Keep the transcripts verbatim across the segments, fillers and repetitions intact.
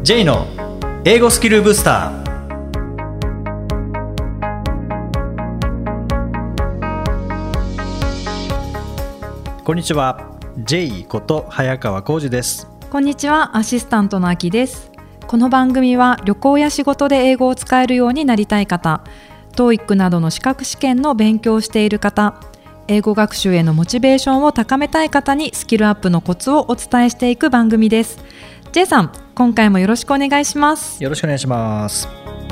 ジェイ の英語スキルブスター。こんにちは、 ジェイ こと早川浩二です。 こんにちは、アシスタントのあきです。この番組は旅行や仕事で英語を使えるようになりたい方、 トーイック などの資格試験の勉強をしている方、英語学習へのモチベーションを高めたい方にスキルアップのコツをお伝えしていく番組です。 J さん、今回もよろしくお願いします。 よろしくお願いします。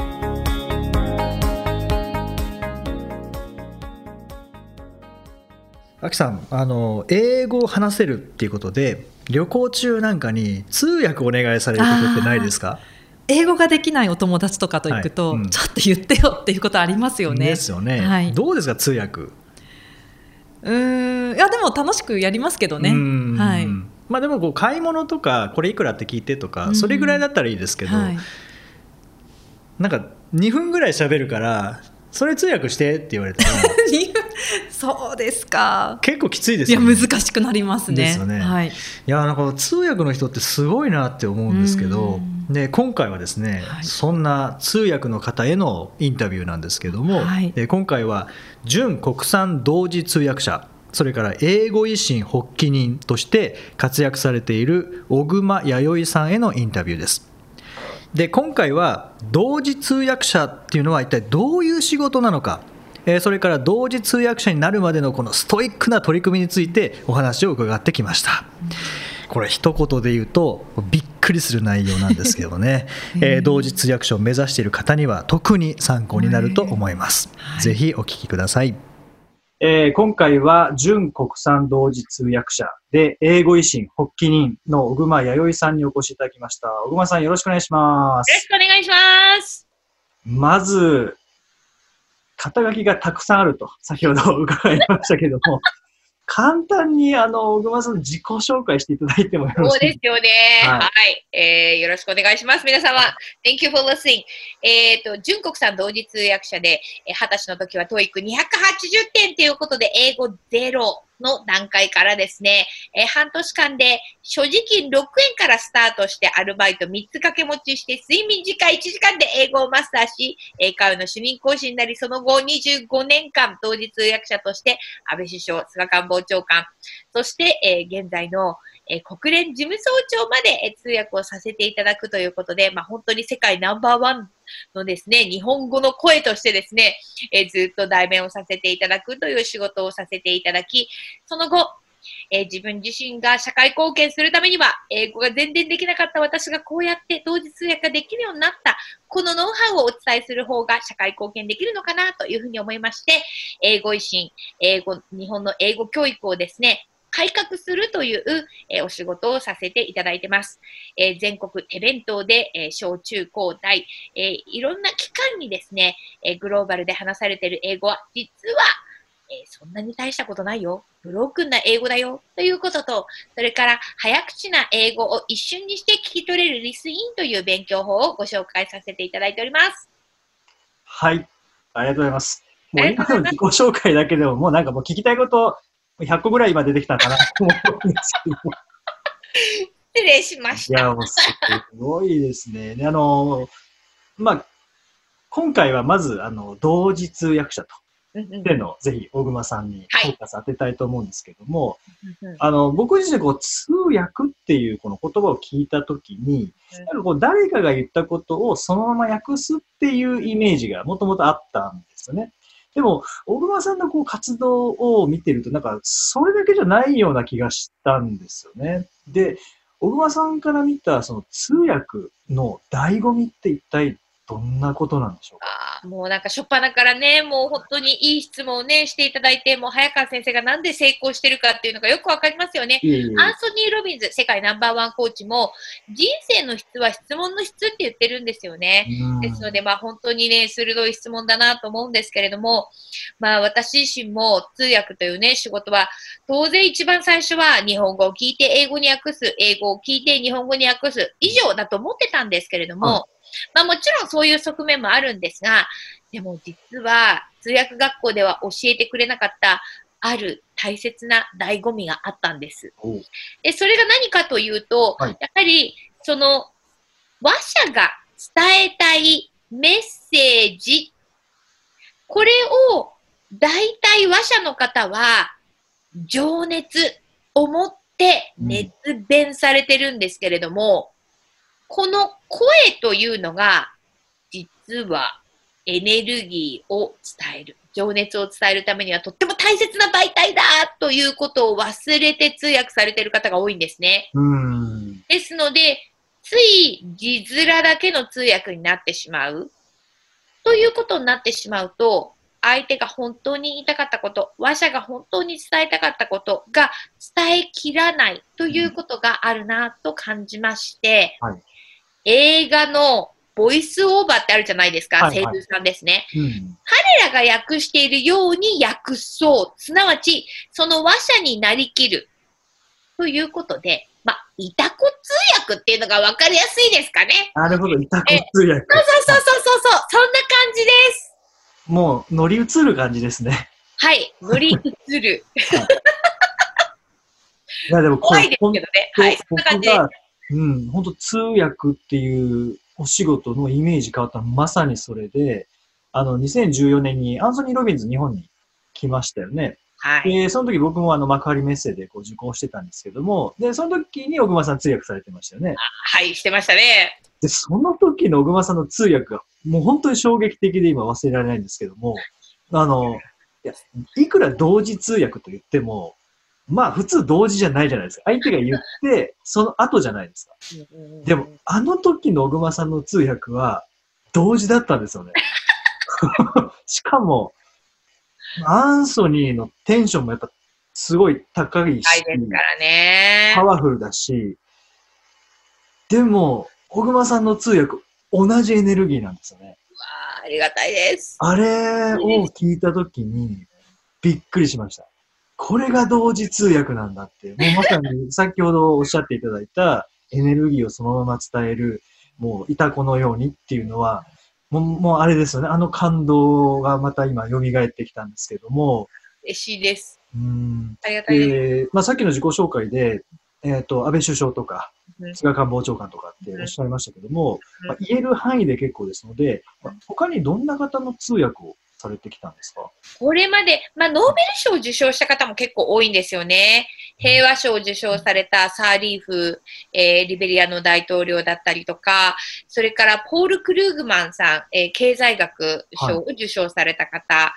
あきさん、あの英語を話せるっていうことで旅行中なんかに通訳お願いされることってないですか？ 英語ができないお友達とかと行くと、はい、うん、ちょっと言ってよっていうことありますよね。 ですよね、はい、どうですか通訳？うーん、いやでも楽しくやりますけどね。はい、 まあ、でもこう買い物とかこれいくらって聞いてとかそれぐらいだったらいいですけど、はい、なんかにふんぐらい喋るからそれ通訳してって言われたらそうですか。 結構きついですよね。 いや難しくなりますね。 ですよね、はい、いやなんか通訳の人ってすごいなって思うんですけど、で今回はですね、はい、そんな通訳の方へのインタビューなんですけども、はい、今回は準国産同時通訳者、それから英語維新発起人として活躍されている小熊弥生さんへのインタビューです。で今回は同時通訳者っていうのは一体どういう仕事なのか、それから同時通訳者になるまでのこのストイックな取り組みについてお話を伺ってきました。これ一言で言うとびっくりする内容なんですけどね、えー、同時通訳者を目指している方には特に参考になると思います。ぜひお聞きください。えー、今回は準国産同時通訳者で英語維新発起人の小熊弥生さんにお越しいただきました。小熊さん、よろしくお願いします。 よろしくお願いします。 まず肩書きがたくさんあると先ほど伺いましたけども簡単にあの小熊さんの自己紹介していただいてもよろしいですか？ そうですよね。はい、はい、えー。よろしくお願いします。皆様、Thank you for listening。えっと、準国産同時通訳者で、はたちの時は トーイックにひゃくはちじゅってんということで、英語ゼロの段階からですね、えー、半年間で所持金ろくえんからスタートしてアルバイトみっつ掛け持ちして睡眠時間いちじかんで英語をマスターし、英会話の主任講師になり、その後にじゅうごねんかん同時通訳者として安倍首相、菅官房長官、そして、えー、現在の、えー、国連事務総長まで、えー、通訳をさせていただくということで、まあ、本当に世界ナンバーワンのですね、日本語の声としてですね、えー、ずっと代弁をさせていただくという仕事をさせていただき、その後、えー、自分自身が社会貢献するためには、英語が全然できなかった私がこうやって同時通訳ができるようになった、このノウハウをお伝えする方が社会貢献できるのかなというふうに思いまして、英語維新、英語、日本の英語教育をですね、改革するという、えー、お仕事をさせていただいてます。えー、全国手弁当で、えー、小中高大、えー、いろんな機関にですね、えー、グローバルで話されている英語は実は、えー、そんなに大したことないよ。ブロークンな英語だよ。ということと、それから早口な英語を一瞬にして聞き取れるリスインという勉強法をご紹介させていただいております。 はい。ありがとうございます。もう今の自己紹介だけでももうなんかもう聞きたいことひゃっこぐらい今出てきたかなと思うんですけど失礼しました。 いや、もうすごいですね。で、あの、まあ、今回はまず、あの、同時通訳者と。での、ぜひ、小熊さんにフォーカス当てたいと思うんですけども、はい、あの、僕自身、こう、通訳っていうこの言葉を聞いたときに、なんかこう、誰かが言ったことをそのまま訳すっていうイメージがもともとあったんですよね。でも、小熊さんのこう活動を見てると、なんか、それだけじゃないような気がしたんですよね。で、小熊さんから見た、その通訳の醍醐味って一体どんなことなんでしょうか？ あ、もうなんか初っ端からね、もう本当にいい質問をね、していただいて、もう早川先生がなんで成功してるかっていうのがよくわかりますよね。いえいえ、アンソニー・ロビンズ、世界ナンバーワンコーチも、人生の質は質問の質って言ってるんですよね。ですので、まあ本当にね、鋭い質問だなと思うんですけれども、まあ私自身も通訳というね、仕事は、当然一番最初は日本語を聞いて英語に訳す、英語を聞いて日本語に訳す以上だと思ってたんですけれども、はい、まあもちろんそういう側面もあるんですが、でも実は通訳学校では教えてくれなかったある大切な醍醐味があったんです。で、それが何かというと、はい、やはりその話者が伝えたいメッセージ、これを大体話者の方は情熱を持って熱弁されてるんですけれども、うん、この声というのが実はエネルギーを伝える、情熱を伝えるためにはとっても大切な媒体だということを忘れて通訳されている方が多いんですね。 うん、 ですので、つい字面だけの通訳になってしまうということになってしまうと、相手が本当に言いたかったこと、話者が本当に伝えたかったことが伝えきらないということがあるなと感じまして、はい、映画のボイスオーバーってあるじゃないですか、声優さんですね、うん。彼らが訳しているように訳そう。すなわち、その話者になりきる。ということで、まあ、いたこ通訳っていうのが分かりやすいですかね。 なるほど、いたこ通訳。そうそうそうそうそうそう、そんな感じです。 もう乗り移る感じですね。 はい、乗り移る。はい、 いやでも怖いですけどね。はい、そんな感じです。 うん、本当通訳っていうお仕事のイメージ変わったのまさにそれで、あのにせんじゅうよねんにアンソニー・ロビンズ日本に来ましたよね。 はい。 で、その時僕もあの幕張メッセでこう受講してたんですけども、で、その時に小熊さん通訳されてましたよね。 はい、してましたね。 で、その時の小熊さんの通訳がもう本当に衝撃的で今忘れられないんですけども、あの、いや、いくら同時通訳と言っても、まあ普通同時じゃないじゃないですか。相手が言って、その後じゃないですか。でも、あの時の小熊さんの通訳は同時だったんですよね。しかも、アンソニーのテンションもやっぱすごい高いし、 ですからね、 パワフルだし、でも、小熊さんの通訳、同じエネルギーなんですよね。 わあ、ありがたいです。 あれを聞いたときに、びっくりしました。これが同時通訳なんだって。もうまさに先ほどおっしゃっていただいたエネルギーをそのまま伝える、もういたこのようにっていうのは、もう、もうあれですよね。あの感動がまた今蘇ってきたんですけども。 嬉しいです。 うん。 ありがたいです。 えー、まあさっきの自己紹介で、えっと、安倍首相とか、菅官房長官とかっておっしゃいましたけども、うんまあ、言える範囲で結構ですので、まあ、他にどんな方の通訳をされてきたんですか？ これまで、まあ、ノーベル賞を受賞した方も結構多いんですよね。平和賞を受賞されたサーリーフ、えー、リベリアの大統領だったりとか、それからポール・クルーグマンさん、えー、経済学賞を受賞された方、はい、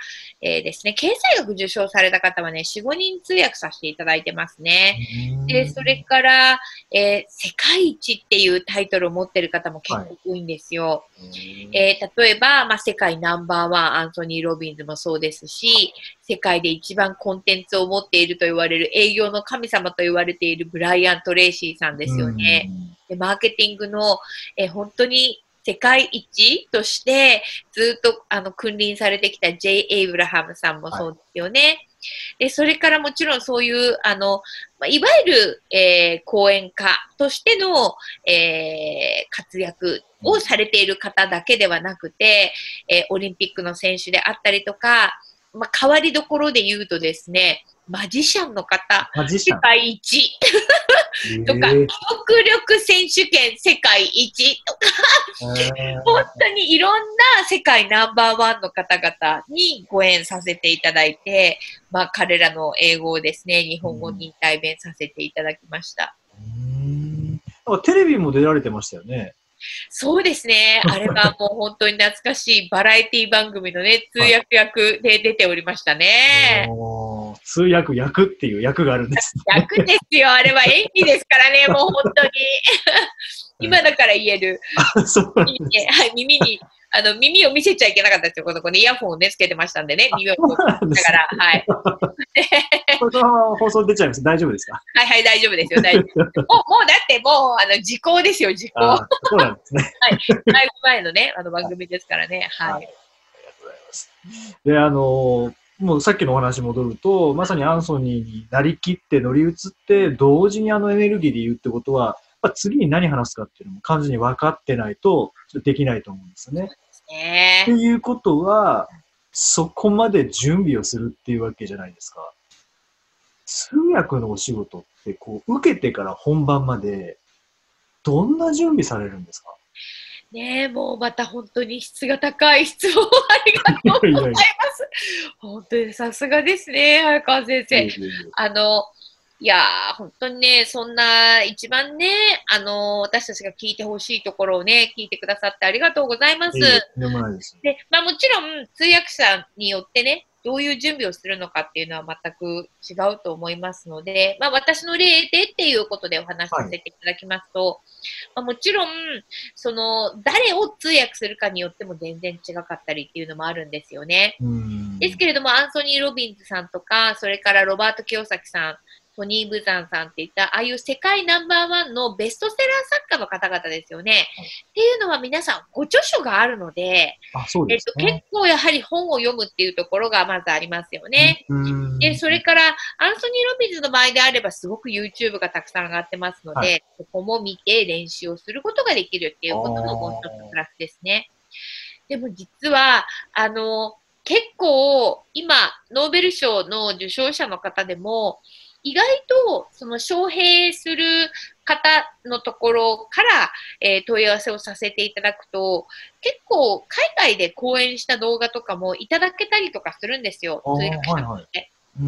えー、ですね。経済学受賞された方はね、よん、ごにん通訳させていただいてますね。で、それから、えー、世界一っていうタイトルを持っている方も結構多いんですよ。はい、えー、例えば、まあ、世界ナンバーワンアンソニー・ロビンズもそうですし、世界で一番コンテンツを持っていると言われる営業の神様と言われているブライアン・トレイシーさんですよね。でマーケティングの、えー、本当に世界一としてずっとあの君臨されてきた J. エイブラハムさんもそうですよね。はい、でそれからもちろんそういうあのいわゆる、えー、講演家としての、えー、活躍をされている方だけではなくて、えー、オリンピックの選手であったりとか、まあ、変わりどころで言うとですね、マジシャンの方、世界一とか、記憶力選手権世界一とか、本当にいろんな世界ナンバーワンの方々にご縁させていただいて、まあ彼らの英語をですね、日本語に代弁させていただきました。 うーん、なんかテレビも出られてましたよね。 そうですね。あれはもう本当に懐かしいバラエティ番組のね、通訳役で出ておりましたね。 はい、通訳役っていう役があるんです、 ね。役ですよ。あれは演技ですからね、もう本当に。今だから言える。 そうなんです。 はい、耳に、あの、耳を見せちゃいけなかったですよ。この子ね、イヤホンをね、つけてましたんでね、耳をつけながら、はい。 これは放送出ちゃいます。大丈夫ですか？ はいはい、大丈夫ですよ。大丈夫。もう、もうだってもう、あの、時効ですよ、時効。 そうなんですね。 はい。だいぶ前のね、あの番組ですからね。はい。はい、ありがとうございます。で、あの、もうさっきのお話戻ると、まさにアンソニーになりきって乗り移って、同時にあのエネルギーで言うってことは、次に何話すかっていうのも完全に分かってないとできないと思うんですよね。 そうですね。 っていうことは、そこまで準備をするっていうわけじゃないですか。通訳のお仕事ってこう受けてから本番までどんな準備されるんですか？ ねえ、もうまた本当に質が高い質問ありがとうございます。本当にさすがですね、早川先生。あの、いやー、本当にね、そんな一番ね、あの、私たちが聞いてほしいところをね、聞いてくださってありがとうございます。 でもないです。 で、まあもちろん通訳者によってね、どういう準備をするのかっていうのは全く違うと思いますので、まあ私の例でっていうことでお話しさせていただきますと、はい、まあ、もちろん、その、誰を通訳するかによっても全然違かったりっていうのもあるんですよね。ですけれども、アンソニー・ロビンズさんとか、それからロバート・清崎さん、トニー・ブザンさんっていった、ああいう世界ナンバーワンのベストセラー作家の方々ですよね。はい、っていうのは皆さんご著書があるので、 あ、そうですね、 えっと、結構やはり本を読むっていうところがまずありますよね。で、それから、アンソニー・ロビンズの場合であればすごく YouTube がたくさん上がってますので、はい、そこも見て練習をすることができるっていうことのもう一つプラスですね。でも実は、あの、結構今、ノーベル賞の受賞者の方でも、意外とその招聘する方のところから、えー、問い合わせをさせていただくと、結構海外で講演した動画とかもいただけたりとかするんですよ、通訳者として。はいはい、うんうん、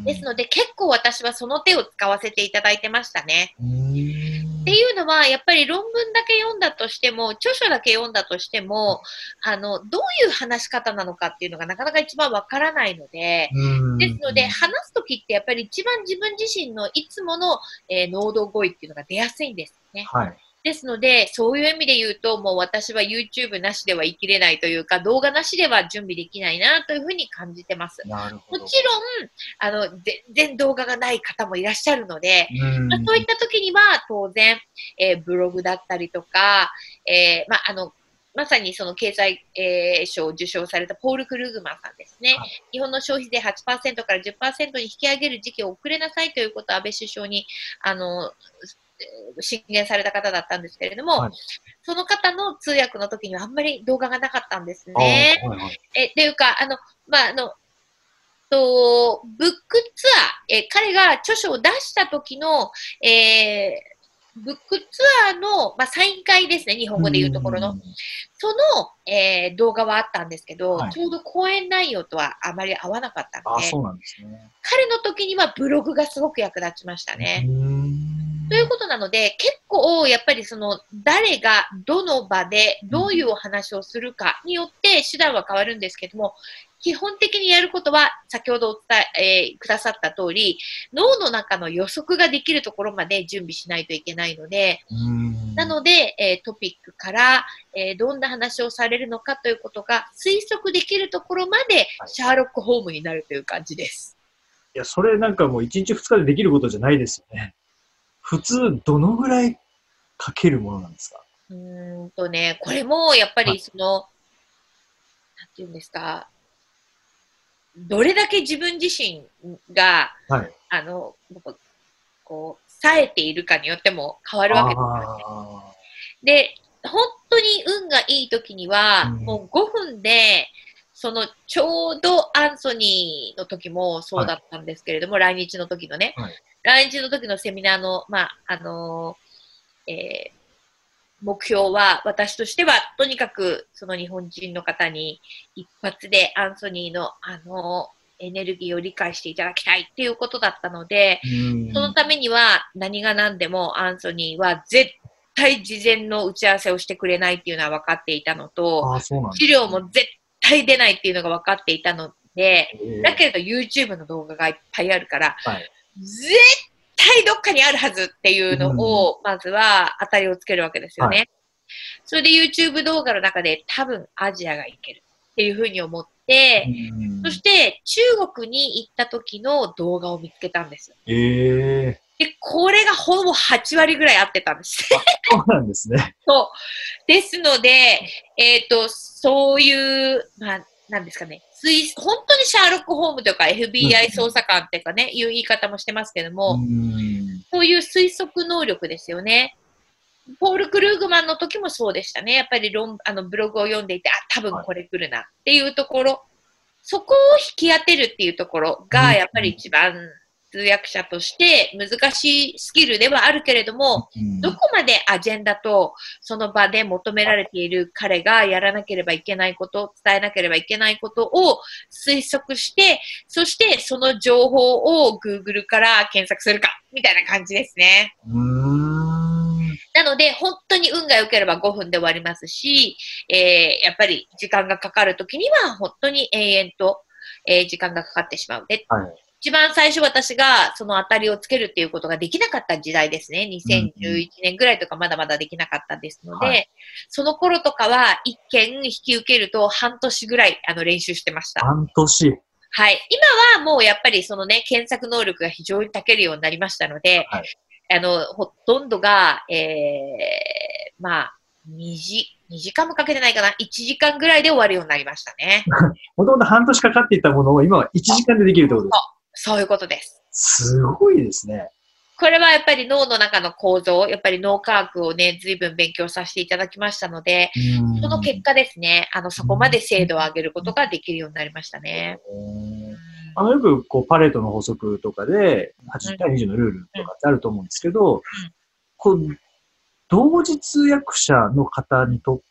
ですので結構私はその手を使わせていただいてましたね。っていうのはやっぱり論文だけ読んだとしても著書だけ読んだとしてもあのどういう話し方なのかっていうのがなかなか一番わからないので、ですので話すときってやっぱり一番自分自身のいつもの、えー、能動語彙っていうのが出やすいんですね。はい、ですので、そういう意味で言うと、もう私は YouTube なしでは生きれないというか、動画なしでは準備できないなというふうに感じてます。もちろん、あの、全然動画がない方もいらっしゃるので、まあ、そういった時には当然、えー、ブログだったりとか、えー、まあ、あの、まさにその経済、えー、賞を受賞されたポール・クルーグマンさんですね。はい、日本の消費税 はちパーセント から じゅっパーセント に引き上げる時期を遅れなさいということを安倍首相に、あの、進言された方だったんですけれども、はい、その方の通訳の時にはあんまり動画がなかったんですね。はいはい、えっていうか、あの、まあ、あの、とブックツアー、え彼が著書を出した時の、えー、ブックツアーの、まあ、サイン会ですね、日本語でいうところの。その、えー、動画はあったんですけど、はい、ちょうど講演内容とはあまり合わなかったので、 あ、そうなんですね、 彼の時にはブログがすごく役立ちましたね。ということなので、結構やっぱりその誰がどの場でどういうお話をするかによって手段は変わるんですけども、基本的にやることは先ほどお伝え、えー、くださった通り、脳の中の予測ができるところまで準備しないといけないので、なので、えー、トピックから、えー、どんな話をされるのかということが推測できるところまでシャーロック・ホームになるという感じです。 いや、それなんかもういちにちふつかでできることじゃないですよね。普通、どのぐらいかけるものなんですか？ うーんとね、これもやっぱりその、はい、なんていうんですか、どれだけ自分自身が、はい、あの、こう、冴えているかによっても変わるわけですよね。で、本当に運がいい時には、うん、もうごふんで、そのちょうどアンソニーの時もそうだったんですけれども、はい、来日の時のね、はい、来日の時のセミナーの、まあ、あのー、えー、目標は、私としては、とにかく、その日本人の方に、一発でアンソニーの、あのー、エネルギーを理解していただきたいっていうことだったので、そのためには、何が何でもアンソニーは絶対事前の打ち合わせをしてくれないっていうのは分かっていたのと、資料も絶対出ないっていうのが分かっていたので、だけれど YouTube の動画がいっぱいあるから、はい、絶対どっかにあるはずっていうのを、まずは当たりをつけるわけですよね。はい、それで YouTube 動画の中で多分アジアがいけるっていうふうに思って、そして中国に行った時の動画を見つけたんですよ。 えー、 で、これがほぼはちわりぐらい合ってたんです。 そうなんですね。 そう。ですので、えっと、そういう、まあ、なんですかね。本当にシャーロック・ホームとか エフビーアイ 捜査官っていうかね、うん、いう言い方もしてますけども、うん、そういう推測能力ですよね。ポール・クルーグマンの時もそうでしたね。やっぱり論あのブログを読んでいて、あ、多分これ来るなっていうところ、そこを引き当てるっていうところが、やっぱり一番通訳者として難しいスキルではあるけれども、うん、どこまでアジェンダとその場で求められている彼がやらなければいけないこと、伝えなければいけないことを推測して、そしてその情報を Google から検索するか、みたいな感じですね。 うーんなので、本当に運が良ければごふんで終わりますし、えー、やっぱり時間がかかるときには本当に永遠と、えー、時間がかかってしまう。で、はい、一番最初私がその当たりをつけるっていうことができなかった時代ですね。にせんじゅういちねんぐらいとかまだまだできなかったですので、はい、その頃とかは一件引き受けると半年ぐらいあの練習してました。 半年はい。今はもうやっぱりそのね、検索能力が非常に長けるようになりましたので、はい、あの、ほとんどが、えー、まあ、2時、にじかんもかけてないかな。いちじかんぐらいで終わるようになりましたね。 もともと半年かかっていたものを今はいちじかんでできるってことですか？ そういうことです。 すごいですね。 これはやっぱり脳の中の構造、やっぱり脳科学をね、随分勉強させていただきましたので、その結果ですね、あの、そこまで精度を上げることができるようになりましたね。 あの、よくこう、パレートの法則とかで、はちじゅうたいにじゅうのルールとかってあると思うんですけど、うん、こう、同時通訳者の方にとって、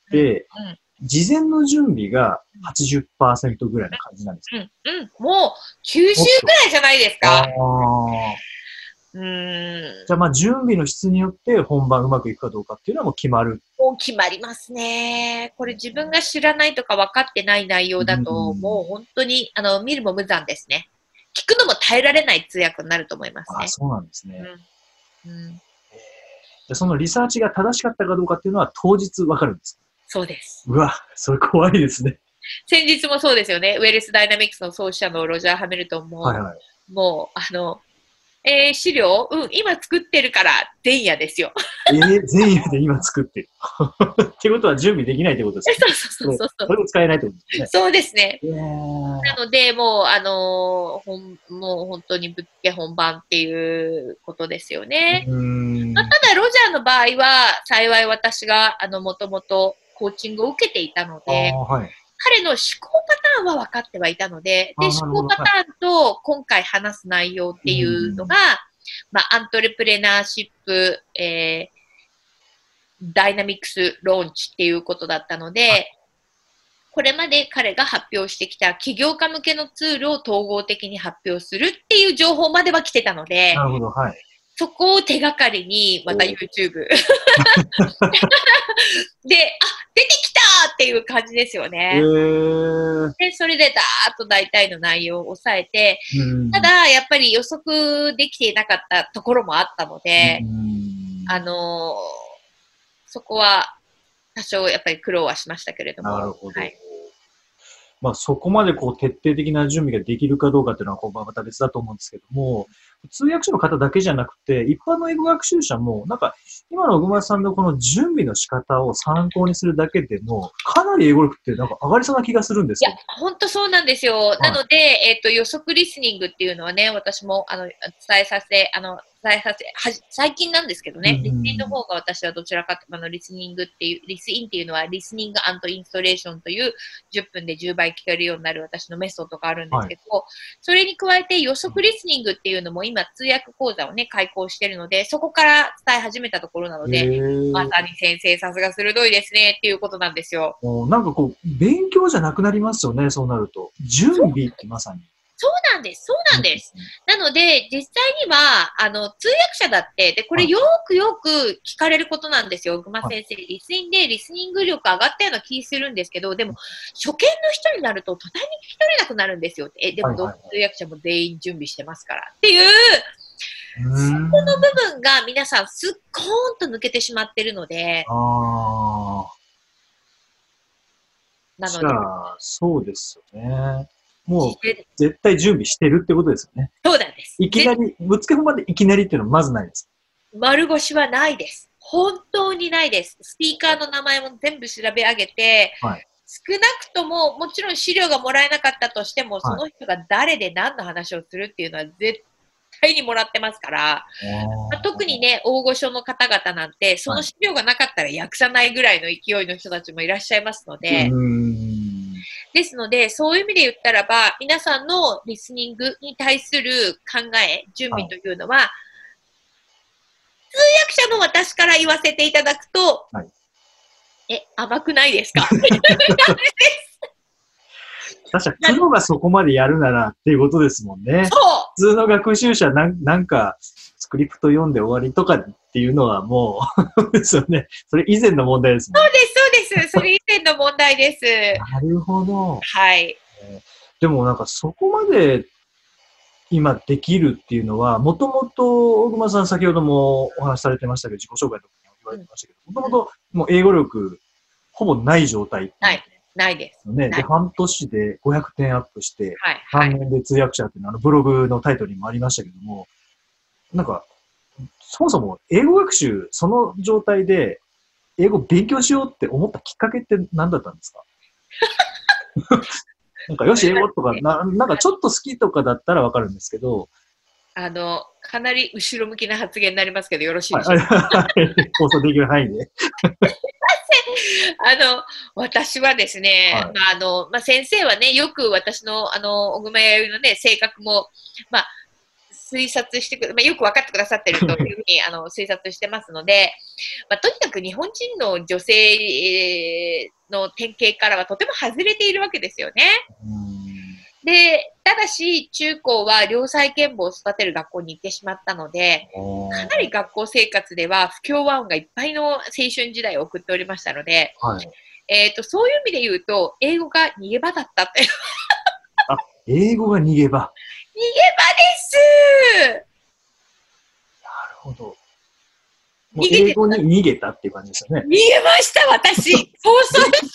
うんうん事前の準備が はちじゅっパーセント ぐらいな感じなんですか？ うん、うん、もうきゅうじゅうぐらいじゃないですか？あうーんじゃあまあ準備の質によって本番うまくいくかどうかっていうのはもう決まる。 もう決まりますね。これ自分が知らないとか分かってない内容だと、うん、もう本当にあの見るも無残ですね。聞くのも耐えられない通訳になると思いますね。 あ、そうなんですね。 うんうん、 じゃそのリサーチが正しかったかどうかっていうのは当日分かるんですか？ そうです。 うわ、それ怖いですね。 先日もそうですよね。ウェルスダイナミクスの創始者のロジャー・ハミルトンも、はいはい、もう、あの、えー、資料、うん、今作ってるから前夜ですよ。 えー、前夜で今作ってる。ってことは準備できないってことですね。そうそうそうそう。 それを使えないってことですね。 そうですね。 えー、 なので、もう、あのー、ほん、もう本当にぶっつけ本番っていうことですよね。うんまあ、ただ、ロジャーの場合は、幸い私が、あの、もともとコーチングを受けていたので、はい、彼の思考パターンは分かってはいたので、で、思考パターンと今回話す内容っていうのが、まあ、アントレプレナーシップ、えー、ダイナミクスローンチっていうことだったので、はい、これまで彼が発表してきた起業家向けのツールを統合的に発表するっていう情報までは来てたので、 なるほど、はい。 そこを手がかりに、また YouTube で、あ、出てきたっていう感じですよね。で、それでだーっと大体の内容を抑えて、ただ、やっぱり予測できていなかったところもあったので、あのー、そこは多少やっぱり苦労はしましたけれども。 なるほど。はい、まあ、そこまでこう徹底的な準備ができるかどうかっていうのはこうまた別だと思うんですけども、通訳者の方だけじゃなくて、一般の英語学習者も、なんか、今の小熊さんのこの準備の仕方を参考にするだけでも、かなり英語力ってなんか上がりそうな気がするんですよ。 いや、本当そうなんですよ。はい、なので、えっと、予測リスニングっていうのはね、私も、あの、伝えさせ、あの、伝えさせ、はじ、最近なんですけどね、リスニングの方が私はどちらかというと、あの、リスニングっていう、リスインっていうのは、リスニング&インストレーションというじゅっぷんでじゅうばい聞けるようになる私のメソッドがあるんですけど、はい、それに加えて予測リスニングっていうのも今通訳講座をね、開講してるので、そこから伝え始めたところなので、まさに先生さすが鋭いですねっていうことなんですよ。 なんかこう、勉強じゃなくなりますよね、そうなると。準備ってまさに。 そうなんです。そうなんです。なので、実際には、あの、通訳者だって、で、これよくよく聞かれることなんですよ。ぐま先生、リスニングでリスニング力上がったような気するんですけど、でも、初見の人になると、途端に聞き取れなくなるんですよ。え、でも、どの通訳者も全員準備してますから。っていう、そこの部分が皆さんすっこーんと抜けてしまってるので、 あなので。 じゃあ、そうですよね。もう、絶対準備してるってことですよね。 そうなんです。 いきなり、ぶっつけ本番でいきなりっていうのはまずないです。 丸腰はないです。本当にないです。スピーカーの名前も全部調べ上げて、はい、少なくとも、もちろん資料がもらえなかったとしても、その人が誰で何の話をするっていうのは絶対にもらってますから、まあ、特にね、大御所の方々なんて、その資料がなかったら訳さないぐらいの勢いの人たちもいらっしゃいますので、 はい、 ですので、そういう意味で言ったらば、皆さんのリスニングに対する考え、準備というのは、はい、通訳者の私から言わせていただくと、はい、え、甘くないですか？ 確かにプロがそこまでやるならっていうことですもんね。 そう普通の学習者なん、なんか、スクリプト読んで終わりとかっていうのはもうですよね。それ以前の問題ですもんね。 そうです、そうです。それ以前の問題です。 なるほど。 はい。 でもなんかそこまで今できるっていうのは、もともと大熊さん先ほどもお話しされてましたけど、自己紹介の時に言われてましたけど、もともともう英語力ほぼない状態。 はい。ないです。 ね、で、半年でごひゃくてんアップして、はいはい、さんねんで通訳者っていうのは、あのブログのタイトルにもありましたけども、なんか、そもそも英語学習、その状態で英語勉強しようって思ったきっかけって何だったんですか？なんか、よし、英語とかな、なんかちょっと好きとかだったらわかるんですけど、 あの、かなり後ろ向きな発言になりますけど、よろしいでしょうか？ 放送できる範囲で。 あの、私はですね、はい、まあ、あの、まあ、先生はね、よく私の、あの、小熊弥生のね、性格も、まあ、推察してくる、まあ、よく分かってくださってるというふうにあの推察してますので、まあ、とにかく日本人の女性の典型からはとても外れているわけですよね。で、ただし、中高は良妻賢母を育てる学校に行ってしまったので、かなり学校生活では不協和音がいっぱいの青春時代を送っておりましたので、はい、えっと、そういう意味で言うと、英語が逃げ場だったって。 あ、英語が逃げ場。 逃げ場です。 なるほど。もう英語に逃げたっていう感じですよね。 逃げました、私。放送しました。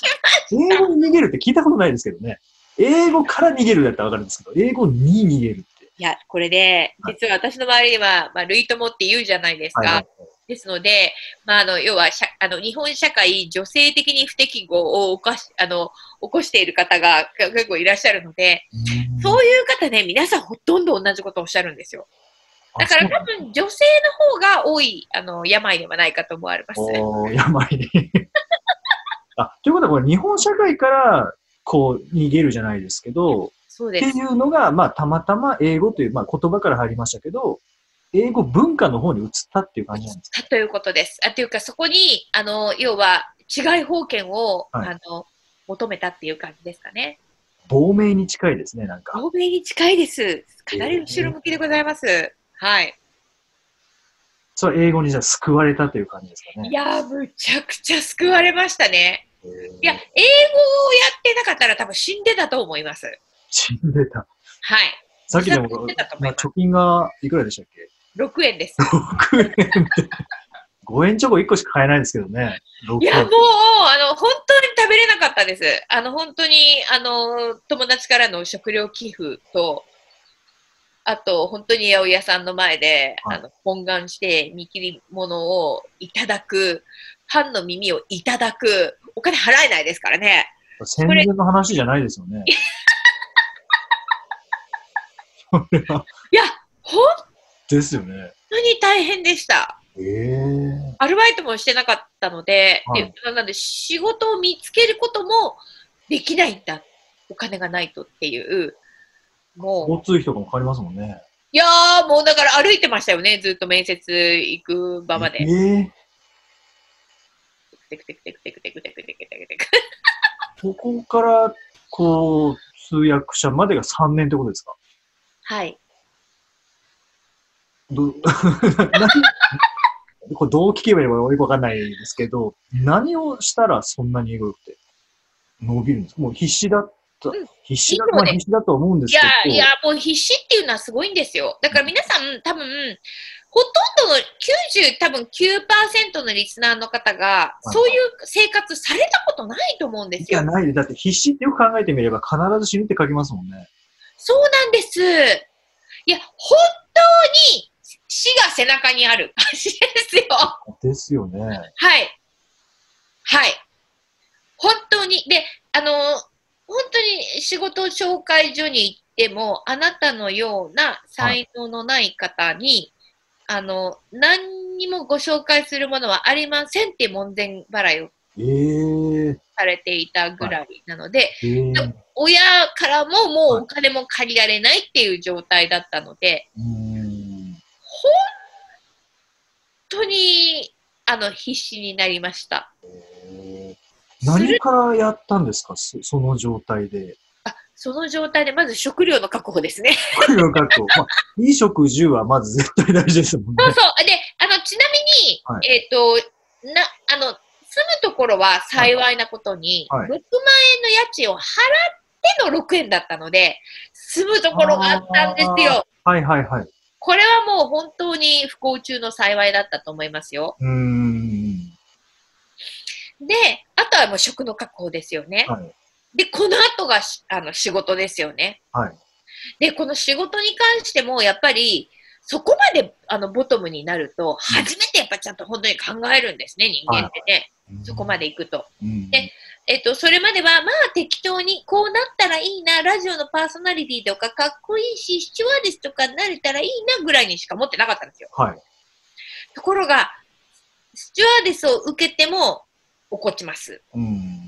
英語に逃げるって聞いたことないですけどね。英語から逃げるだったらわかるんですけど、英語に逃げるって。 いや、これで、実は私の周りでは、まあ、類友って言うじゃないですか。はいはい、ですので、まあ、あの、要はしゃ、あの、日本社会、女性的に不適合を起こし、あの、起こしている方が結構いらっしゃるので、うそういう方ね、皆さんほとんど同じことをおっしゃるんですよ。だから多分、女性の方が多い、あの、病ではないかと思われます。 おー、病に。あ、ということは、これ、日本社会から、こう、逃げるじゃないですけど、 そうです。 っていうのが、まあ、たまたま英語という、まあ、言葉から入りましたけど、英語文化の方に移ったっていう感じなんですか？ ということです。あ、というか、そこに、あの、要は、違い保険を、はい、あの、求めたっていう感じですかね。 亡命に近いですね、なんか。 亡命に近いです。かなり後ろ向きでございます。えー、はい。 それは英語にじゃあ救われたという感じですかね。 いやー、むちゃくちゃ救われましたね。いや、英語をやってなかったら多分死んでたと思います。 死んでた。 はい。 さっきでも、まあ、貯金がいくらでしたっけ？ ろくえんです。 ろくえんって。ごえんチョコいっこしか買えないですけどね。 いや、もう、あの、本当に食べれなかったです。あの、本当に、あの、友達からの食料寄付と、あと、本当に八百屋さんの前で、はい、あの、懇願して見切り物をいただく、パンの耳をいただく、お金払えないですからね。 宣伝の話じゃないですよね。 いや、ほんですよね。 本当に大変でした。 えー、 アルバイトもしてなかったので、はい、なので仕事を見つけることもできないんだ。お金がないとっていう。 もう。交通費とかもかかりますもんね。 いやー、もうだから歩いてましたよね。ずっと面接行く場まで。えー、テクテクテクテクテクテクテクテクテク。 そこから、こう、通訳者までがさんねんってことですか？ はい。 どこれどう聞けばいいのかよくわかんないですけど、何をしたらそんなに英語力って伸びるんですか？もう必死だった、うん、必死だ、まあ、必死だと思うんですけど。 いや、いや、もう必死っていうのはすごいんですよ。だから皆さん、多分、ほとんどのきゅうじゅう、多分 きゅうパーセント のリスナーの方が、そういう生活されたことないと思うんですよ。 いや、ないで。だって必死ってよく考えてみれば必ず死ぬって書きますもんね。 そうなんです。いや、本当に死が背中にある感じですよ。 ですよね。 はい。はい。本当に。で、あの、本当に仕事紹介所に行っても、あなたのような才能のない方に、はい、あの、何にもご紹介するものはありませんって門前払いをえー、 されていたぐらいなので、はいえー、 親からももうお金も借りられないっていう状態だったので、 はい、本当にあの必死になりました。 えー、何からやったんですか、そ, その状態で。 あ、その状態でまず食料の確保ですね。 食料の確保。まあ、衣食住はまず絶対大事ですもんね。 そうそう。で、あの、ちなみに、はい、えっと、な、あの、住むところは幸いなことに、はいはい、ろくまんえんの家賃を払ってのろくえんだったので、住むところがあったんですよ。 はいはいはい。 これはもう本当に不幸中の幸いだったと思いますよ。 うーん。 で、あとはもう食の確保ですよね。はい、で、この後があの仕事ですよね。 はい。 で、この仕事に関してもやっぱり、そこまであのボトムになると、初めてやっぱちゃんと本当に考えるんですね、人間ってね。はい、そこまで行くと。うん、で、えっと、それまでは、まあ適当に、こうなったらいいな、ラジオのパーソナリティとかかっこいいし、スチュワーデスとかになれたらいいなぐらいにしか持ってなかったんですよ。 はい。 ところが、スチュワーデスを受けても怒っちます。うん、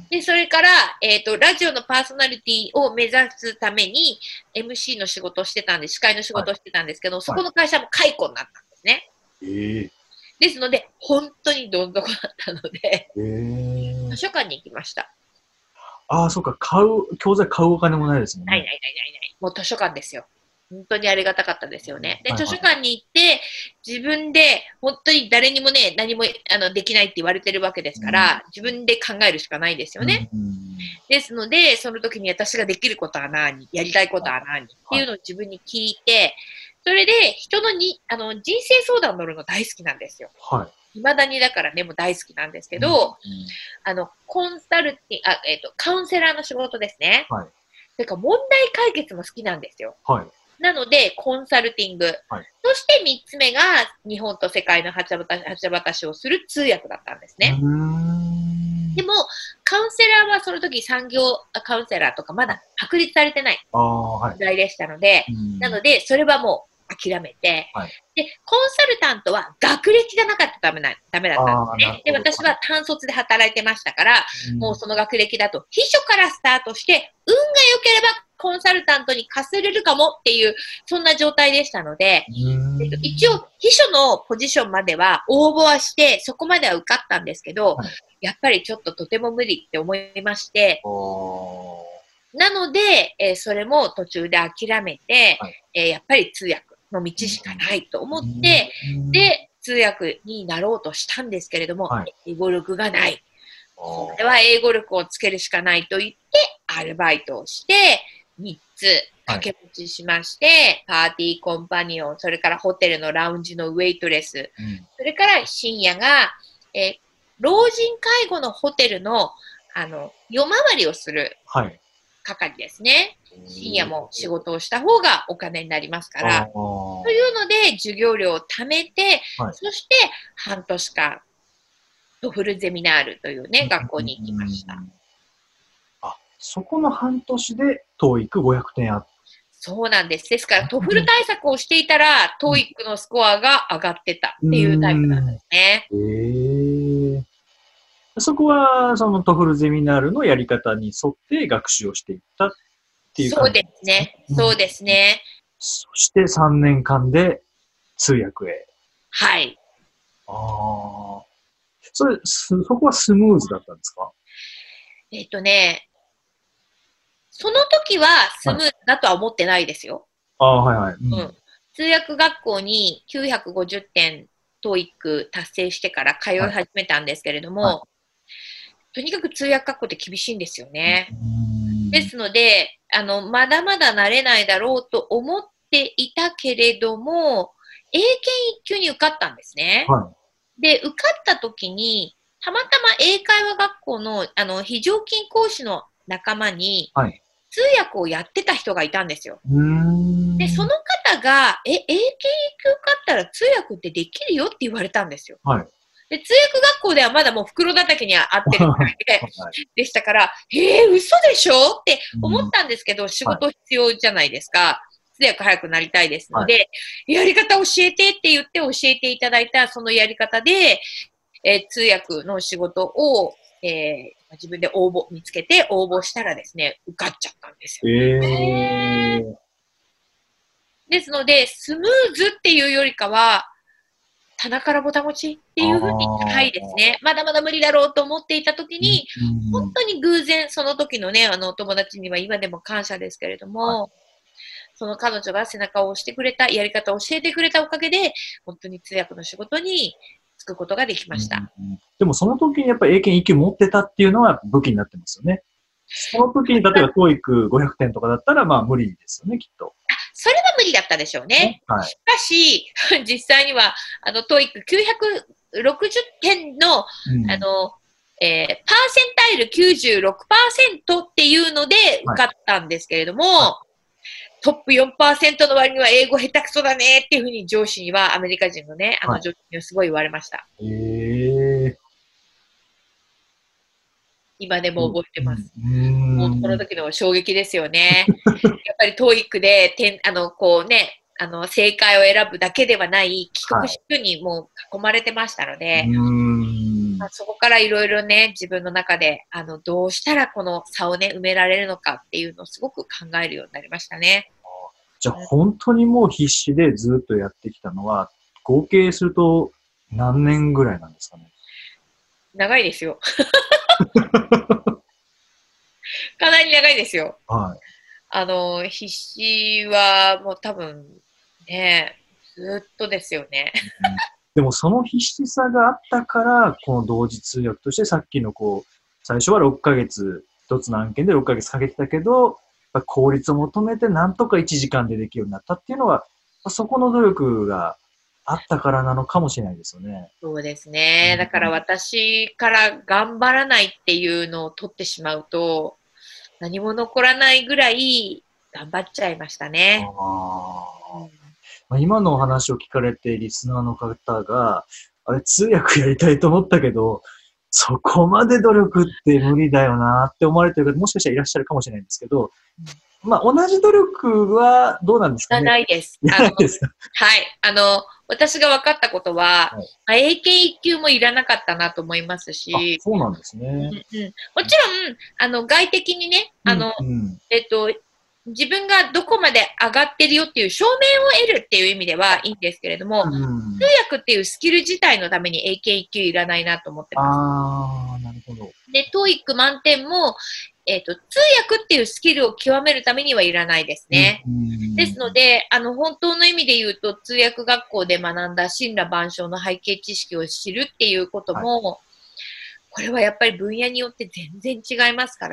で、それから、えっと、ラジオのパーソナリティを目指すために、エムシー の仕事をしてたんで、司会の仕事をしてたんですけど、はい、そこの会社も解雇になったんですね。 えー、 ですので、本当にどん底だったので、えー、図書館に行きました。 ああ、そうか、買う、教材買うお金もないですもんね。 ないないないないない。もう図書館ですよ。本当にありがたかったですよね。で、はいはい、図書館に行って、自分で、本当に誰にもね、何もあのできないって言われてるわけですから、うん、自分で考えるしかないですよね。うんうん、ですので、その時に私ができることは何、やりたいことは何っていうのを自分に聞いて、それで人のにあの人生相談を乗るの大好きなんですよ。 はい。 未だにだからね、もう大好きなんですけど、うんうん、あの、コンサルティあ、えっと、カウンセラーの仕事ですね。 はい。 それから問題解決も好きなんですよ。 はい。 なので、コンサルティング。はい、そしてみっつめが、日本と世界のはちゃばたしをする通訳だったんですね。でも、カウンセラーはその時産業カウンセラーとかまだ確立されてない時代でしたので、はい、なので、それはもう諦めて、はい、で、コンサルタントは学歴がなかったらダメな、ダメだったんですね。で、私は単卒で働いてましたから、もうその学歴だと、秘書からスタートして、運が良ければコンサルタントに課せれるかもっていう、そんな状態でしたので、えっと、一応、秘書のポジションまでは応募はして、そこまでは受かったんですけど、はい、やっぱりちょっととても無理って思いまして、なので、えー、それも途中で諦めて、はい、えー、やっぱり通訳の道しかないと思って、で、通訳になろうとしたんですけれども、はい、英語力がない。これは英語力をつけるしかないと言って、アルバイトをして、みっつ掛け持ちしまして、はい、パーティーコンパニオン、それからホテルのラウンジのウェイトレス、うん、それから深夜が、えー、老人介護のホテルの、あの、夜回りをする係ですね。はい、深夜も仕事をした方がお金になりますから、というので、授業料を貯めて、はい、そして半年間、トフルゼミナールというね、学校に行きました。 あ、そこの半年で トーイックごひゃくてんあった。 そうなんです。ですから、トフル対策をしていたら、トーイックのスコアが上がってたっていうタイプなんですね。 へー。そこは、そのトフルゼミナールのやり方に沿って学習をしていったっていう感じですね。 そうですね。そうですね。 そしてさんねんかんで通訳へ。 はい。 ああ。それ、そこはスムーズだったんですか？ えっとね、その時はスムーズだとは思ってないですよ。 ああ、はいはい。 うん。うん、通訳学校にきゅうひゃくごじゅってんトーイック達成してから通い始めたんですけれども、はいはい、とにかく通訳学校って厳しいんですよね。ですので、あの、まだまだ慣れないだろうと思っていたけれども、英検いっ級に受かったんですね。はい、で、受かった時に、たまたま英会話学校の、あの、非常勤講師の仲間に、はい、通訳をやってた人がいたんですよ。で、その方が、え、英検いっ級受かったら通訳ってできるよって言われたんですよ。はい、で、通訳学校ではまだもう袋叩きには合ってるぐらいで、はい、でしたから、えー、嘘でしょって思ったんですけど、うん、仕事必要じゃないですか。はい、通訳早くなりたいですので、はい、やり方教えてって言って教えていただいたそのやり方で、えー、通訳の仕事をえー、自分で応募、見つけて応募したらですね、受かっちゃったんですよ。 えー、 ですので、スムーズっていうよりかは、棚からぼたもちっていうふうに近いですね。まだまだ無理だろうと思っていたときに、本当に偶然、その時のね、あの、友達には今でも感謝ですけれども、はい、その彼女が背中を押してくれた、やり方を教えてくれたおかげで、本当に通訳の仕事に就くことができました。 うんうん、でもその時にやっぱり英検いっ級持ってたっていうのは武器になってますよね。その時に例えば トーイックごひゃくてんとかだったらまあ無理ですよね、きっと。 それは無理だったでしょうね。はい、しかし、実際には、あの、トーイックきゅうひゃくろくじゅってんの、うん、あの、えー、パーセンタイル きゅうじゅうろくパーセント っていうので受かったんですけれども、はい、トップ よんパーセント の割には英語下手くそだねっていうふうに上司には、アメリカ人のね、あの上司にはすごい言われました。 へ、はい、えー。 今でも覚えてます。うん、もうこの時の衝撃ですよね。やっぱり トーイック で点、あの、こうね、あの、正解を選ぶだけではない帰国子女にもう囲まれてましたので、はい、まあ、そこからいろいろね、自分の中で、あの、どうしたらこの差をね、埋められるのかっていうのをすごく考えるようになりましたね。 じゃあ本当にもう必死でずっとやってきたのは、合計すると何年ぐらいなんですかね。 長いですよ。かなり長いですよ。 はい。 あの、必死はもう多分ね、ずっとですよね。 うん、でもその必死さがあったから、この同時通訳としてさっきのこう、最初はろっかげつ、一つの案件でろっかげつかけてたけど、効率を求めてなんとかいちじかんでできるようになったっていうのは、そこの努力があったからなのかもしれないですよね。 そうですね。だから私から頑張らないっていうのを取ってしまうと、何も残らないぐらい頑張っちゃいましたね。 あ、うん、今のお話を聞かれてリスナーの方が、あれ通訳やりたいと思ったけど、そこまで努力って無理だよなって思われてる方もしかしたらいらっしゃるかもしれないんですけど、うん、まあ同じ努力はどうなんですかね。 ないです。あのはい。あの、私が分かったことは、はい、英検いっ級もいらなかったなと思いますし。 そうなんですね。うんうん、 もちろん、あの、外的にね、あの、うんうん、えっと、自分がどこまで上がってるよっていう証明を得るっていう意味ではいいんですけれども、うん、通訳っていうスキル自体のために英検いっ級いらないなと思ってます。 ああ、なるほど。 で、トーイック 満点も、えっと、通訳っていうスキルを極めるためにはいらないですね。うん、ですので、あの、本当の意味で言うと、通訳学校で学んだ神羅万象の背景知識を知るっていうことも、はい、これはやっぱり分野によって全然違いますから、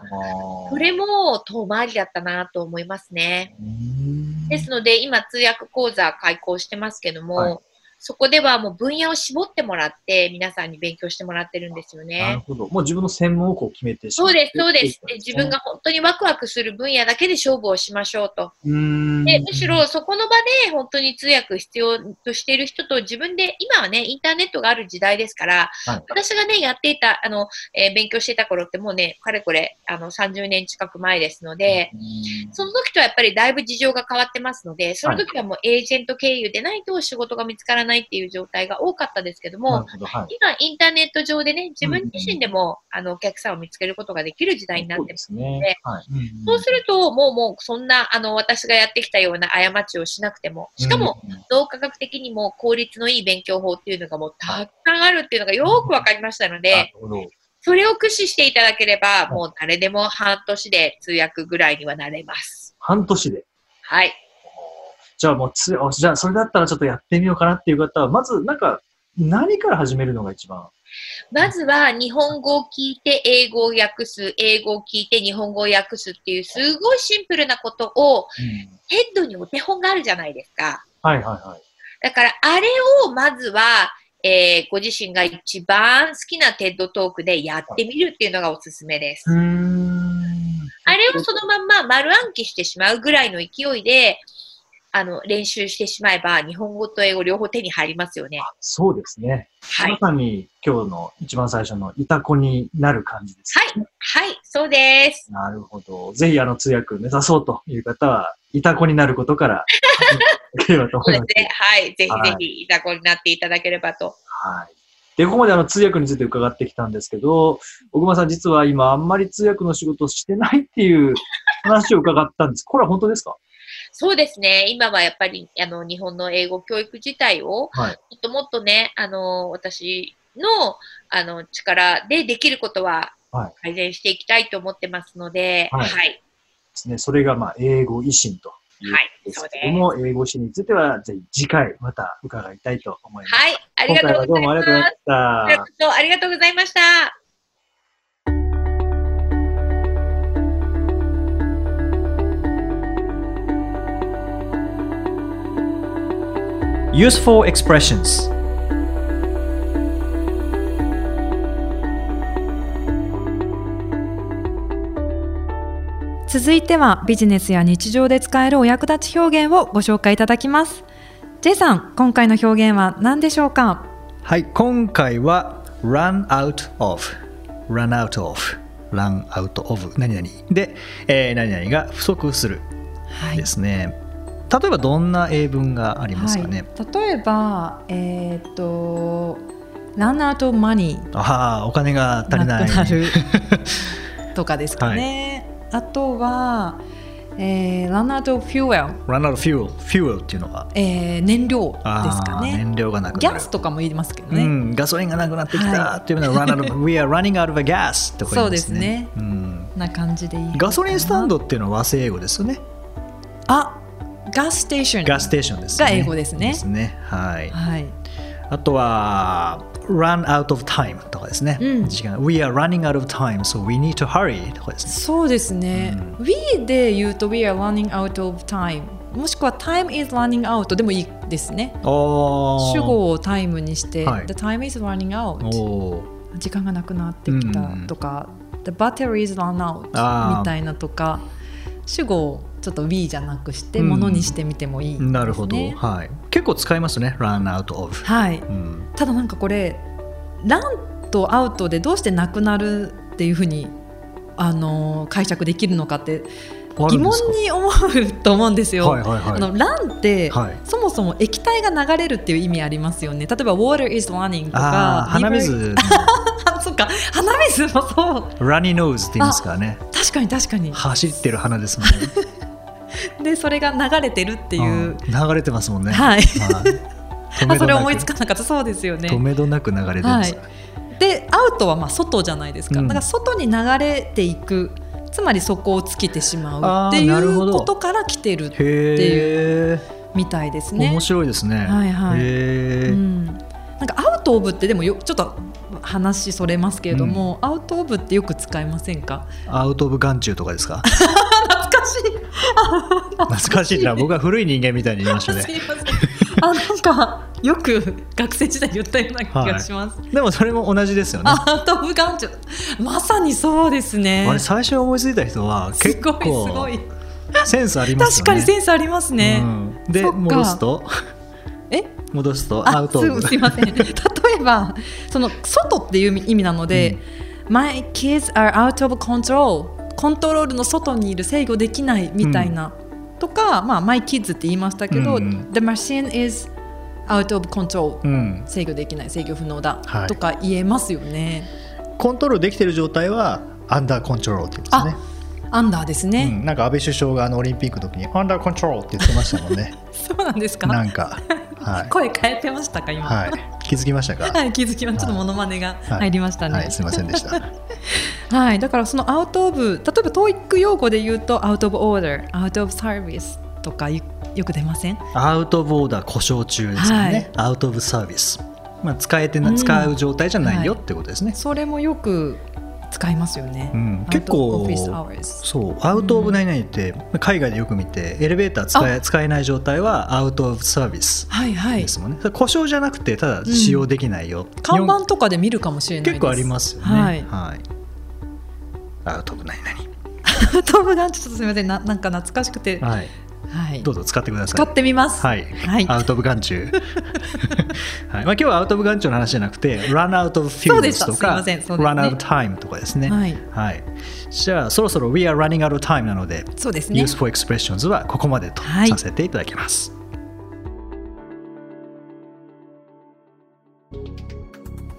これも遠回りだったなと思いますね。ですので、今通訳講座開講してますけども、はい、そこではもう分野を絞ってもらって、皆さんに勉強してもらってるんですよね。 なるほど。もう自分の専門をこう決めてしまう。そうです、そうです。で、自分が本当にワクワクする分野だけで勝負をしましょうと。 うーんで、むしろそこの場で本当に通訳必要としている人と自分で、今はね、インターネットがある時代ですから、はい、私がね、やっていた、あの、えー、勉強していた頃ってもうね、かれこれ、あの、さんじゅうねん近く前ですので、その時とはやっぱりだいぶ事情が変わってますので、その時はもうエージェント経由でないと仕事が見つからないっていう状態が多かったですけども、 どはい、 今インターネット上でね、自分自身でも、うん、あのお客さんを見つけることができる時代になってますので、そうですね。はい、うんうん、そうするともうもうそんなあの私がやってきたような過ちをしなくても、しかも脳科学的にも効率のいい勉強法っていうのがもうたくさんあるっていうのがよくわかりましたので、うん、それを駆使していただければ、もう誰でも半年で通訳ぐらいにはなれます。 半年で？ はい。 じゃあもうつ、じゃあそれだったらちょっとやってみようかなっていう方は、まずなんか何から始めるのが一番？ まずは日本語を聞いて英語を訳す、英語を聞いて日本語を訳すっていうすごいシンプルなことを、うん、ヘッドにお手本があるじゃないですか。 はいはいはい。 だからあれをまずは、えー、ご自身が一番好きなテッドトークでやってみるっていうのがおすすめです。 うーん、 あれをそのまんま丸暗記してしまうぐらいの勢いで、あの、練習してしまえば、日本語と英語両方手に入りますよね。 そうですね。はい。まさに今日の一番最初のイタコになる感じですね。はい。はい。そうです。 なるほど。ぜひ、あの、通訳目指そうという方は、イタコになることから、いければと思います。 そうですね。はい。ぜひぜひ、イタコになっていただければと。 はい。 で、ここまであの通訳について伺ってきたんですけど、小熊さん実は今あんまり通訳の仕事をしてないっていう話を伺ったんです。これは本当ですか？ そうですね。今はやっぱりあの日本の英語教育自体を、はい、もっともっとね、あの私のあの力でできることは改善していきたいと思ってますので、はい。はい、 ですね。それがまあ英語維新ということですけども、はい、英語維新についてはぜひ次回また伺いたいと思います。 はい、ありがとうございます。 今回はどうもありがとうございました。 ありがとうございました。 Useful expressions. 続いてはビジネスや日常で使えるお役立ち表現をご紹介いただきます。 J さん、今回の表現は何でしょうか？ はい、今回は run out of run out of run out of 何々で、えー、何々が不足するですね、はい、例えばどんな英文がありますかね？ はい、例えば、えー、っと run out of money、 あ、お金が足りないなくなるとかですかね、はい、あとは、えー、run out of fuel run out of fuel fuel っていうのは、 えー、燃料ですかね。 燃料がなくなる。 ギャスとかも言いますけどね、うん、 ガソリンがなくなってきたっていうのは、はい、run out of, we are running out of gas とか言いますね。そうですね、うん、 な感じでいい。 ガソリンスタンドっていうのは和製英語ですよね。 あ、ガステーションガステーションですね。 が英語ですね。 ですね、はい、はい、あとは run out of time とかですね、うん、時間 we are running out of time so we need to hurry とかですね。 そうですね、うん、we で言うと we are running out of time、 もしくは time is running out でもいいですね。主語をタイムにして、はい、the time is running out 時間がなくなってきたとか、うん、the battery is run out みたいなとか、主語をちょっと we じゃなくしてものにしてみてもいいですね、うん、なるほど、 はい、結構使いますね run out of、 はい、うん、ただなんかこれ run と out でどうしてなくなるっていうふうに、あのー、解釈できるのかって疑問に思うと思うんですよ。はいはいはい、あの run って、はい、そもそも液体が流れるっていう意味ありますよね。例えば water is running とか、 鼻水そっか、鼻水もそう runny nose って言いますからね。 確かに確かに走ってる鼻ですもんねでそれが流れてるっていう、 流れてますもんね。 はい、はい、あ、それ思いつかなかった。そうですよね。 止めどなく流れてます、はい、 でアウトはまあ外じゃないですか、うん、だから外に流れていく、つまりそこを尽きてしまうっていうことから来てるっていうみたいですね。 面白いですね。 はいはい、へ、うん、なんかアウトオブってでもよちょっと話それますけれども、うん、アウトオブってよく使いませんか？ アウトオブ眼中とかですか？ 懐かしい懐かしいってのは僕は古い人間みたいに言いましたね。すいません、 あ、なんかよく学生時代言ったような気がします、はい、 でもそれも同じですよね。 アウトオブ眼中、まさにそうですね。 あれ最初思いついた人は結構すごいすごいセンスありますよね。 確かにセンスありますね、うん、で戻すとえ戻すとアウトオブ、 すいません例えばその外っていう意味なので、うん、My kids are out of control、 コントロールの外にいる、制御できないみたいな、うん、とか、まあ、My kids って言いましたけど、うん、The machine is out of control、うん、制御できない、制御不能だ、はい、とか言えますよね。 コントロールできている状態は under control って言うんですね。 アンダーですね、 うん、なんか安倍首相があのオリンピックの時に under control って言ってましたもんねそうなんですか。 なんか、はい、 声変えてましたか今、 はい、気づきましたか？ はい、気づきました。ちょっとモノマネが入りましたね、 はいはい、すいませんでしたはい、だからそのアウトオブ、例えば トーイック 用語で言うとアウトオブオーダー、アウトオブサービスとかよく出ません？ アウトオブオーダー、故障中ですよね、はい、アウトオブサービス、まあ、使えてな、うん、使う状態じゃないよってことですね、はい、 それもよく使いますよね、うん、 結構そうアウトオブ何々って海外でよく見て、エレベーター使え、使えない状態はアウトオブサービスですもんね、はいはい、故障じゃなくてただ使用できないよ、うん、 看板とかで見るかもしれないです。 結構ありますよね、はいはい、アウトオブ何々 アウトオブがちょっとすみません な, なんか懐かしくて、はいはい、 どうぞ使ってください。 使ってみます、 はいはい、アウトオブ眼中、はい、まあ、今日はアウトオブ眼中の話じゃなくて Run out of fuels とか、ね、Run out of time とかですね、はいはい、じゃあそろそろ We are running out of time なので、 そうですね、 Useful expressions はここまでとさせていただきます、はい、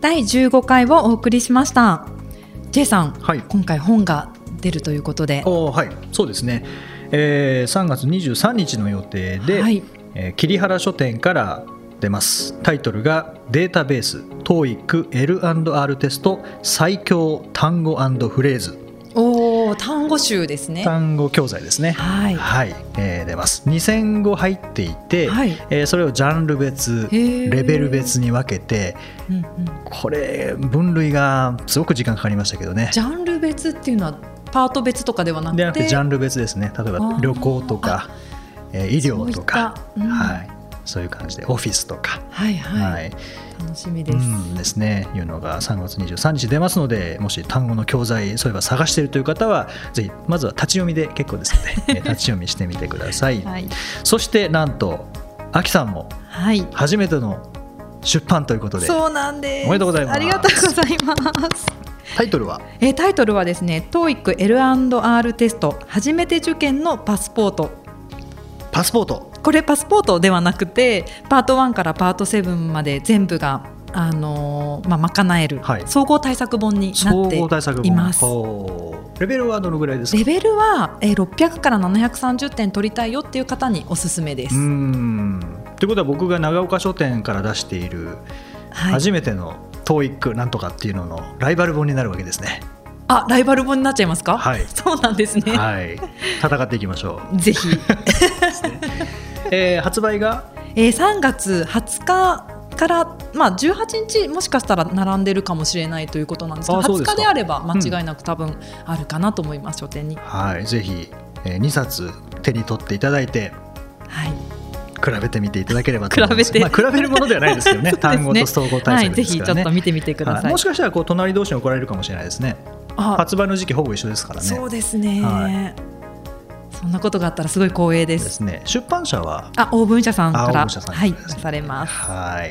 だいじゅうごかいをお送りしました。 J さん、 はい、 今回本が出るということで。 お、はい、そうですね、えー、さんがつにじゅうさんにちの予定で、はい、えー、桐原書店から出ます。タイトルがデータベース トーイック エルアンドアール テスト最強単語&フレーズ。 お、単語集ですね。 単語教材ですね。はい、はい、えー、出ます。にせんご入っていて、はい、えー、それをジャンル別レベル別に分けて、うんうん、これ分類がすごく時間かかりましたけどね。 ジャンル別っていうのはパート別とかではなくて、 でなくてジャンル別ですね。例えば旅行とか、えー、医療とか、そういった、うん、はい、そういう感じでオフィスとか、 はいはいはい、楽しみです。 うんですね、いうのがさんがつにじゅうさんにち出ますので、もし単語の教材そういえば探しているという方はぜひまずは立ち読みで結構ですので立ち読みしてみてください、はい、そしてなんとあきさんも初めての出版ということで、 はい、そうなんです。 おめでとうございます。 ありがとうございます。 タイトルは、 えー、タイトルはですね、 トーイック エルアンドアール テスト初めて受験のパスポート。 パスポート、 これパスポートではなくてパートワンからパートセブンまで全部が、あのーまあ、賄える、はい、総合対策本になっています。 レベルはどのぐらいですか？ レベルは、えー、ろっぴゃくからななひゃくさんじゅってん取りたいよっていう方におすすめです。 うーんということは僕が長岡書店から出している初めての トーイック なんとかっていうののライバル本になるわけですね。 あ、ライバル本になっちゃいますか？ はい、 そうなんですね、 はい、戦っていきましょう。ぜひですね、えー、発売が、 えー、さんがつはつかから、まあ、じゅうはちにちもしかしたら並んでるかもしれないということなんですが、はつかであれば間違いなく多分あるかなと思います、うん、書店に。 はい、ぜひ、えー、にさつ手に取っていただいて、はい、比べてみていただければと思います。比べて、まあ、比べるものではないですけど ね, ね単語と総合対策ですからね、はい、 ぜひちょっと見てみてください、はい、 もしかしたらこう隣同士に怒られるかもしれないですね。発売の時期ほぼ一緒ですからね。 そうですね、はい、そんなことがあったらすごい光栄です。 ですね。出版社はあ、大文社さんから、 さん、 はい、出されます。 はい、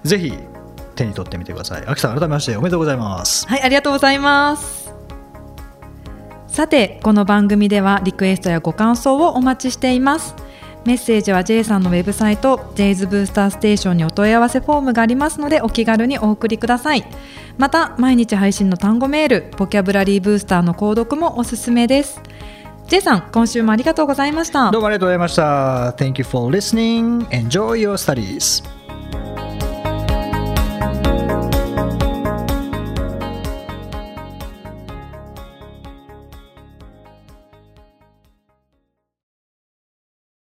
ぜひ手に取ってみてください。あきさん、改めましておめでとうございます。 はい、ありがとうございます。さて、この番組ではリクエストやご感想をお待ちしています。メッセージは J さんのウェブサイト ジェイズ ブースターステーションにお問い合わせフォームがありますのでお気軽にお送りください。また毎日配信の単語メール、ボキャブラリーブースターの購読もおすすめです。 J さん、今週もありがとうございました。 どうもありがとうございました。 Thank you for listening. Enjoy your studies.